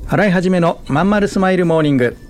新井はじめのまんまるスマイルモーニング。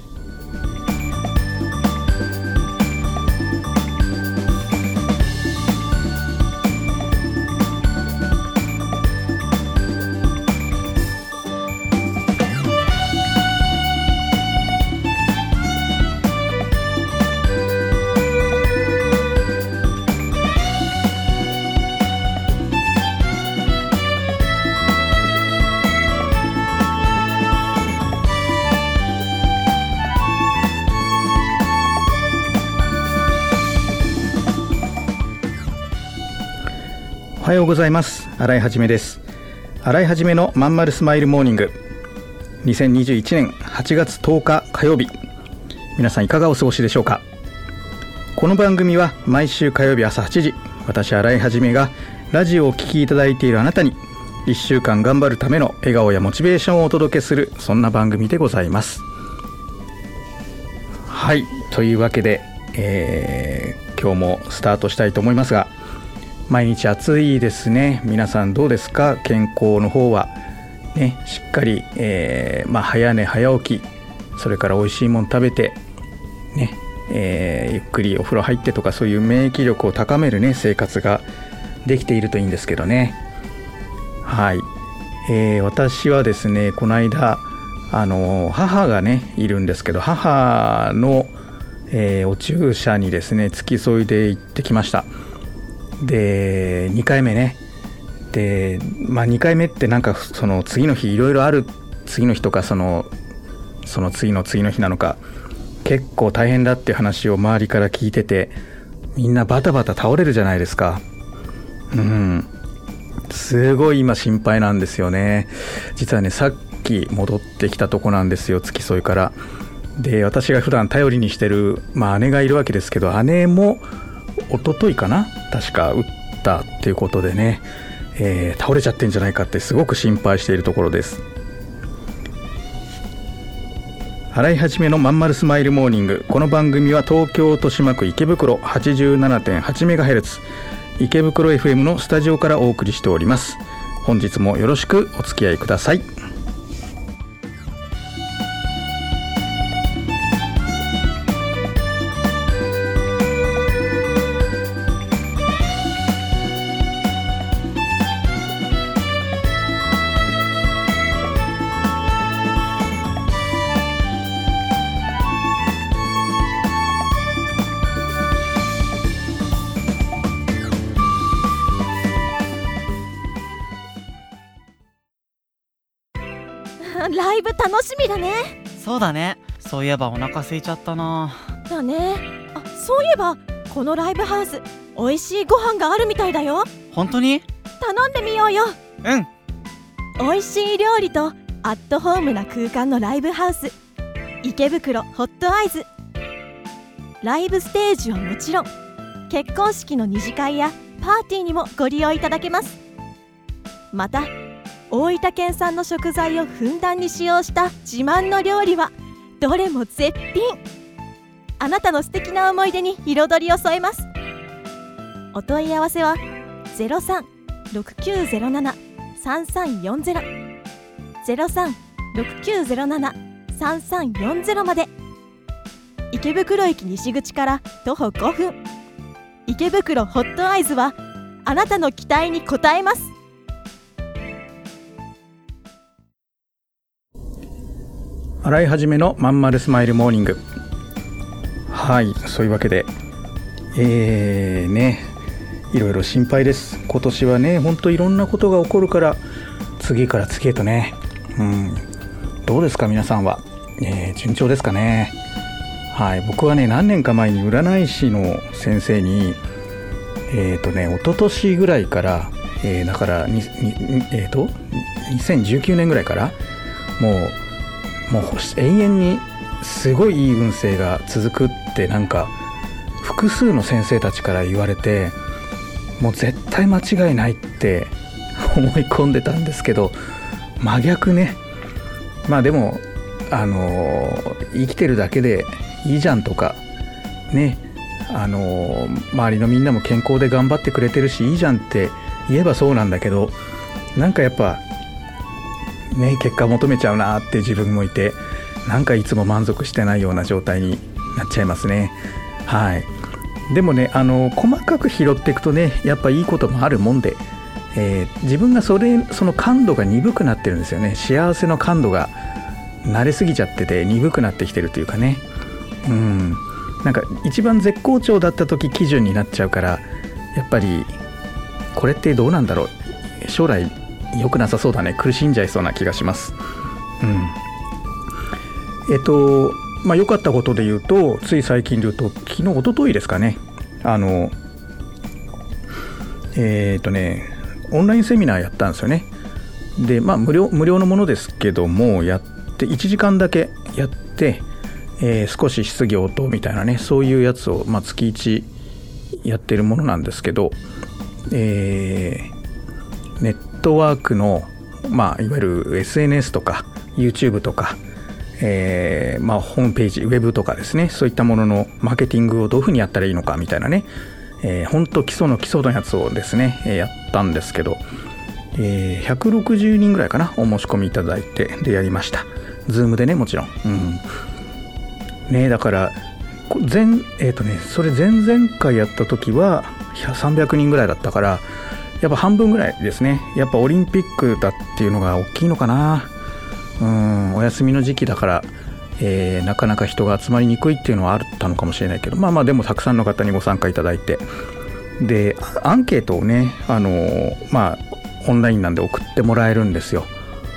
おはようございます。新井はじめです。新井はじめのまんまるスマイルモーニング、2021年8月10日火曜日、皆さんいかがお過ごしでしょうか。この番組は毎週火曜日朝8時、私新井はじめがラジオをお聞きいただいているあなたに1週間頑張るための笑顔やモチベーションをお届けする、そんな番組でございます。はい、というわけで、今日もスタートしたいと思いますが、毎日暑いですね。皆さんどうですか。健康の方はね、しっかり、早寝早起き、それから美味しいもの食べてね、ゆっくりお風呂入ってとか、そういう免疫力を高めるね生活ができているといいんですけどね。はい、私はですね、この間母がねいるんですけど、母の、お注射にですね付き添いで行ってきました。で2回目ね。で、2回目ってなんかその次の日いろいろある、次の日とかその次の次の日なのか、結構大変だっていう話を周りから聞いてて、みんなバタバタ倒れるじゃないですか。すごい今心配なんですよね。実はね、さっき戻ってきたとこなんですよ、付き添いから。で、私が普段頼りにしてる、姉がいるわけですけど、姉も一昨日かな、確か打ったっていうことでね、倒れちゃってんじゃないかってすごく心配しているところです。新井はじめのまんまるスマイルモーニング。この番組は東京豊島区池袋 87.8MHz 池袋 FM のスタジオからお送りしております。本日もよろしくお付き合いください。 ライブ楽しみだね。 そうだね。そういえばお腹空いちゃったな。 だね。そういえばこのライブハウス、美味しいご飯があるみたいだよ。 本当に？ 頼んでみようよ。 うん。 美味しい料理とアットホームな空間のライブハウス、池袋ホットアイズ。ライブステージはもちろん、結婚式の二次会やパーティーにもご利用いただけます。また大分県産の食材をふんだんに使用した自慢の料理はどれも絶品。あなたの素敵な思い出に彩りを添えます。お問い合わせは 03-6907-3340 03-6907-3340 まで。池袋駅西口から徒歩5分、池袋ホットアイズはあなたの期待に応えます。 新井はじめのまんまるスマイルモーニング。はい、そういうわけでいろいろ心配です。今年はね、本当いろんなことが起こるから、次から次へとね、どうですか皆さんは、順調ですかね。はい、僕はね、何年か前に占い師の先生に一昨年ぐらいから、だから2019年ぐらいからもう永遠にすごいいい運勢が続くってなんか複数の先生たちから言われて、もう絶対間違いないって思い込んでたんですけど、真逆ね。でも生きてるだけでいいじゃんとかね、周りのみんなも健康で頑張ってくれてるしいいじゃんって言えばそうなんだけど、なんかやっぱね、結果求めちゃうなって自分もいて、なんかいつも満足してないような状態になっちゃいますね。はい。でもね、細かく拾っていくとね、やっぱいいこともあるもんで、自分がその感度が鈍くなってるんですよね。幸せの感度が慣れすぎちゃってて鈍くなってきてるというかね、なんか一番絶好調だった時基準になっちゃうから、やっぱりこれってどうなんだろう、将来良くなさそうだね、苦しんじゃいそうな気がします。良かったことで言うと、つい最近で言うと昨日一昨日ですかね、オンラインセミナーやったんですよね。で、無料のものですけども、やって1時間だけやって、少し質疑応答みたいなね、そういうやつを、月1やってるものなんですけど、ネットワークの、いわゆる SNS とか YouTube とか、ホームページ、ウェブとかですね、そういったもののマーケティングをどういうふうにやったらいいのかみたいなね、本当基礎のやつをですね、やったんですけど、160人ぐらいかな、お申し込みいただいて、でやりました。Zoom でね、もちろん。だからそれ前々回やった時は300人ぐらいだったから、やっぱ半分ぐらいですね。やっぱオリンピックだっていうのが大きいのかな。お休みの時期だから、なかなか人が集まりにくいっていうのはあったのかもしれないけど、でもたくさんの方にご参加いただいて、でアンケートをね、オンラインなんで送ってもらえるんですよ。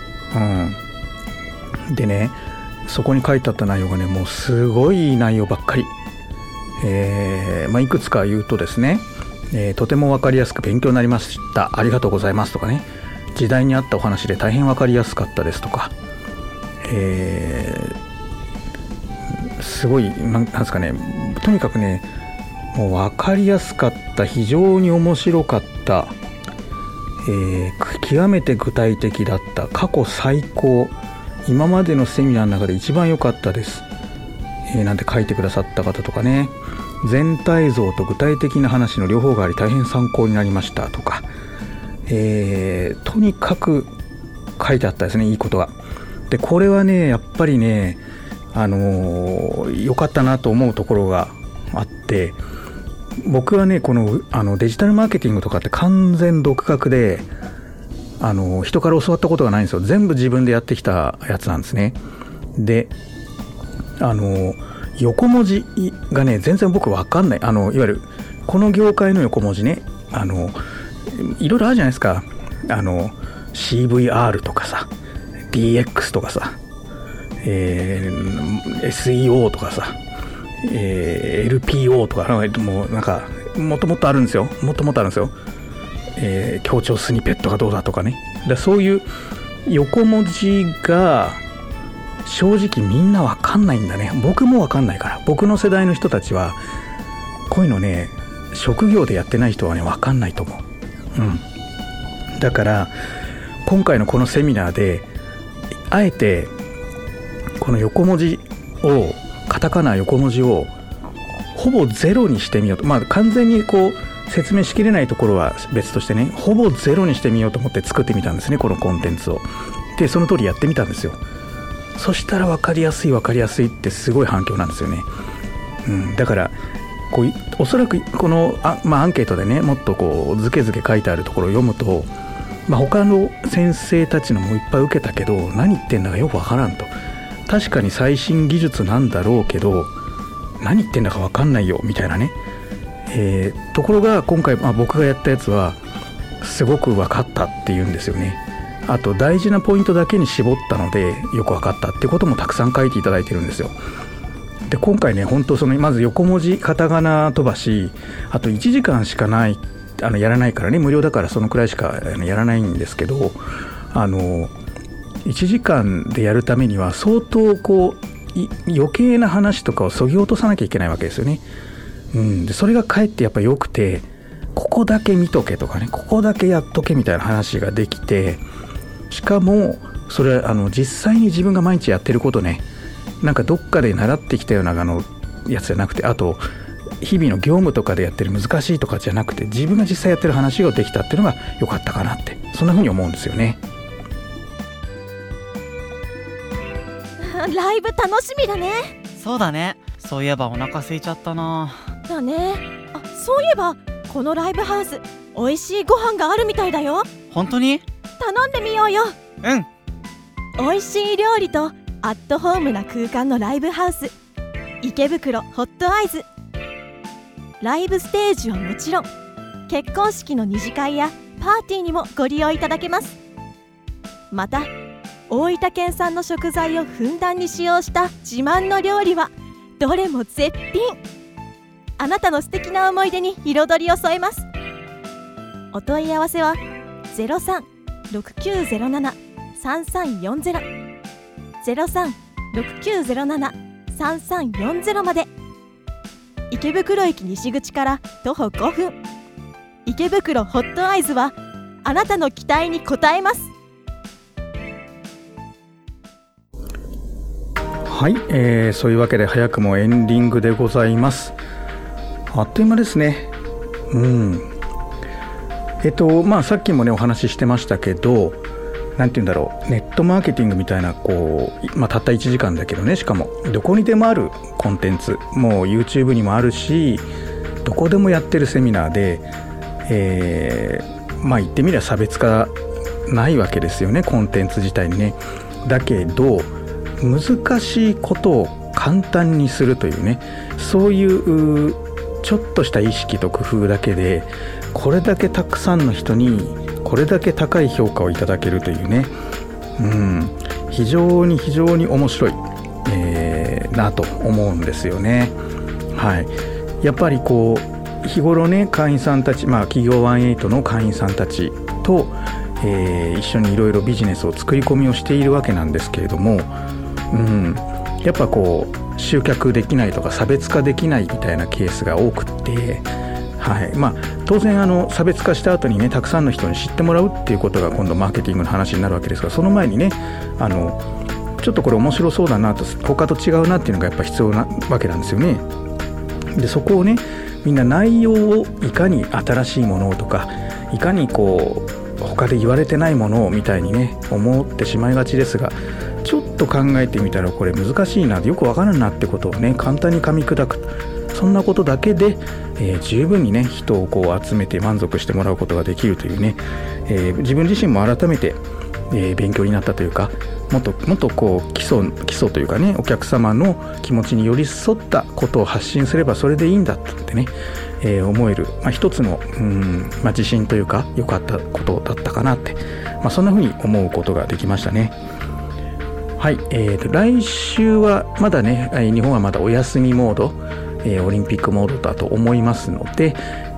でね、そこに書いてあった内容がね、もうすごい内容ばっかり。いくつか言うとですね、とても分かりやすく勉強になりました、ありがとうございますとかね、時代に合ったお話で大変分かりやすかったですとか、すごいなんですかね、とにかくね、もう分かりやすかった、非常に面白かった、極めて具体的だった、過去最高、今までのセミナーの中で一番良かったです、なんて書いてくださった方とかね、全体像と具体的な話の両方があり大変参考になりましたとか、とにかく書いてあったですね、いいことが。でこれはね、やっぱりね、良かったなと思うところがあって、僕はね、このデジタルマーケティングとかって完全独学で、人から教わったことがないんですよ。全部自分でやってきたやつなんですね。で横文字がね、全然僕分かんない。いわゆるこの業界の横文字ね、いろいろあるじゃないですか。CVR とかさ、DX とかさ、SEO とかさ、LPO とか、もうなんかもっともっとあるんですよ。強調スニペットがどうだとかね。そういう横文字が正直みんな分かんないんだね。僕も分かんないから。僕の世代の人たちはこういうのね、職業でやってない人はね、分かんないと思う。だから今回のこのセミナーであえてこの横文字を、カタカナ横文字をほぼゼロにしてみようと、完全にこう説明しきれないところは別としてね、ほぼゼロにしてみようと思って作ってみたんですね、このコンテンツを。でその通りやってみたんですよ。そしたら分かりやすいってすごい反響なんですよね。だからおそらくこのアンケートでね、もっとこうずけずけ書いてあるところを読むと、他の先生たちのもいっぱい受けたけど、何言ってんだかよく分からんと。確かに最新技術なんだろうけど、何言ってんだか分かんないよみたいなね、ところが今回、僕がやったやつはすごく分かったっていうんですよね。あと大事なポイントだけに絞ったのでよく分かったっていうこともたくさん書いていただいてるんですよ。で今回ね、本当まず横文字カタカナ飛ばし、あと1時間しかないやらないからね、無料だからそのくらいしかやらないんですけど、1時間でやるためには相当余計な話とかをそぎ落とさなきゃいけないわけですよね。でそれがかえってやっぱり良くて、ここだけ見とけとかね、ここだけやっとけみたいな話ができて、しかもそれは実際に自分が毎日やってることね、なんかどっかで習ってきたようなやつじゃなくて、あと日々の業務とかでやってる難しいとかじゃなくて、自分が実際やってる話ができたっていうのが良かったかなって、そんな風に思うんですよね。 ライブ楽しみだね。 そうだね。そういえばお腹空いちゃったな。 だね。そういえばこのライブハウス美味しいご飯があるみたいだよ。 本当に？ 頼んでみようよ。 うん。 美味しい料理とアットホームな空間のライブハウス、池袋ホットアイズ。ライブステージはもちろん、結婚式の二次会やパーティーにもご利用いただけます。また大分県産の食材をふんだんに使用した自慢の料理はどれも絶品。あなたの素敵な思い出に彩りを添えます。お問い合わせは 03-6907-3340 03-6907-3340 まで。池袋駅西口から徒歩5分、池袋ホットアイズはあなたの期待に応えます。 はい、そういうわけで早くもエンディングでございます。あっという間ですね。さっきもねお話ししてましたけど、なんていうんだろう、ネットマーケティングみたいなたった1時間だけどね、しかもどこにでもあるコンテンツ、もう YouTube にもあるし、どこでもやってるセミナーで、言ってみれば差別化ないわけですよね、コンテンツ自体にね。だけど難しいことを簡単にするというね、そういうちょっとした意識と工夫だけで、これだけたくさんの人にこれだけ高い評価をいただけるというね、非常に面白い、なと思うんですよね。はい、やっぱり日頃ね、会員さんたち、企業18の会員さんたちと、一緒にいろいろビジネスを作り込みをしているわけなんですけれども、やっぱ集客できないとか差別化できないみたいなケースが多くって、当然差別化した後にね、たくさんの人に知ってもらうっていうことが今度マーケティングの話になるわけですが、その前にね、ちょっとこれ面白そうだなと、他と違うなっていうのがやっぱ必要なわけなんですよね。でそこをね、みんな内容をいかに新しいものをとか、いかに他で言われてないものをみたいにね思ってしまいがちですが、ちょっと考えてみたらこれ難しいな、よくわからんなってことをね簡単に噛み砕く、そんなことだけで、十分にね人を集めて満足してもらうことができるというね、自分自身も改めて、勉強になったというか、もっと基礎というかね、お客様の気持ちに寄り添ったことを発信すればそれでいいんだってね、思える、一つの自信というか良かったことだったかなって、そんな風に思うことができましたね。はい、来週はまだね、日本はまだお休みモード、オリンピックモードだと思いますので、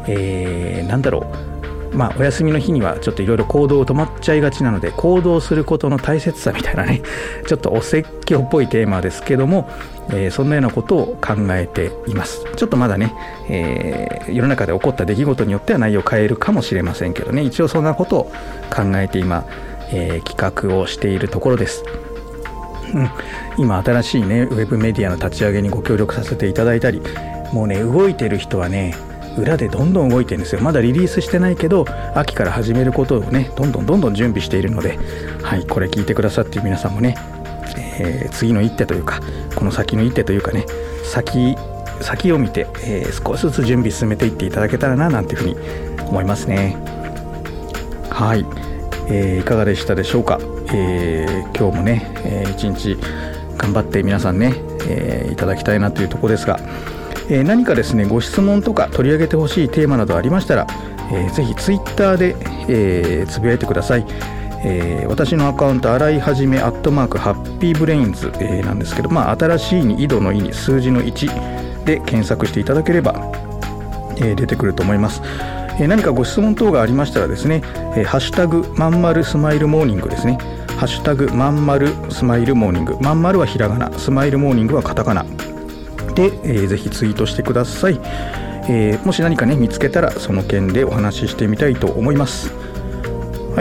お休みの日にはちょっといろいろ行動止まっちゃいがちなので、行動することの大切さみたいなね、ちょっとお説教っぽいテーマですけども、そんなようなことを考えています。ちょっとまだね、世の中で起こった出来事によっては内容を変えるかもしれませんけどね、一応そんなことを考えて今、企画をしているところです。今新しいねウェブメディアの立ち上げにご協力させていただいたり、もうね動いてる人はね裏でどんどん動いてるんですよ。まだリリースしてないけど秋から始めることをねどんどん準備しているので、はい、これ聞いてくださっている皆さんもね、次の一手というか、この先の一手というかね、先を見て、少しずつ準備進めていっていただけたらななんていうふうに思いますね。はい、いかがでしたでしょうか。今日もね、一日頑張って皆さんね、いただきたいなというところですが、何かですねご質問とか取り上げてほしいテーマなどありましたら、ぜひツイッターで、つぶやいてください。私のアカウント洗いはじめハッピーブレインズ、なんですけど、新しいに井戸の井に数字の1で検索していただければ、出てくると思います。何かご質問等がありましたらですね、ハッシュタグまんまるスマイルモーニングですね。ハッシュタグまんまるスマイルモーニング、まんまるはひらがな、スマイルモーニングはカタカナで、ぜひツイートしてください。もし何かね見つけたらその件でお話ししてみたいと思います。はい、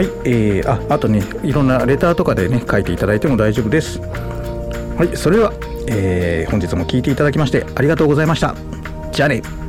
あとねいろんなレターとかでね書いていただいても大丈夫です。はい、それでは、本日も聞いていただきましてありがとうございました。じゃあね。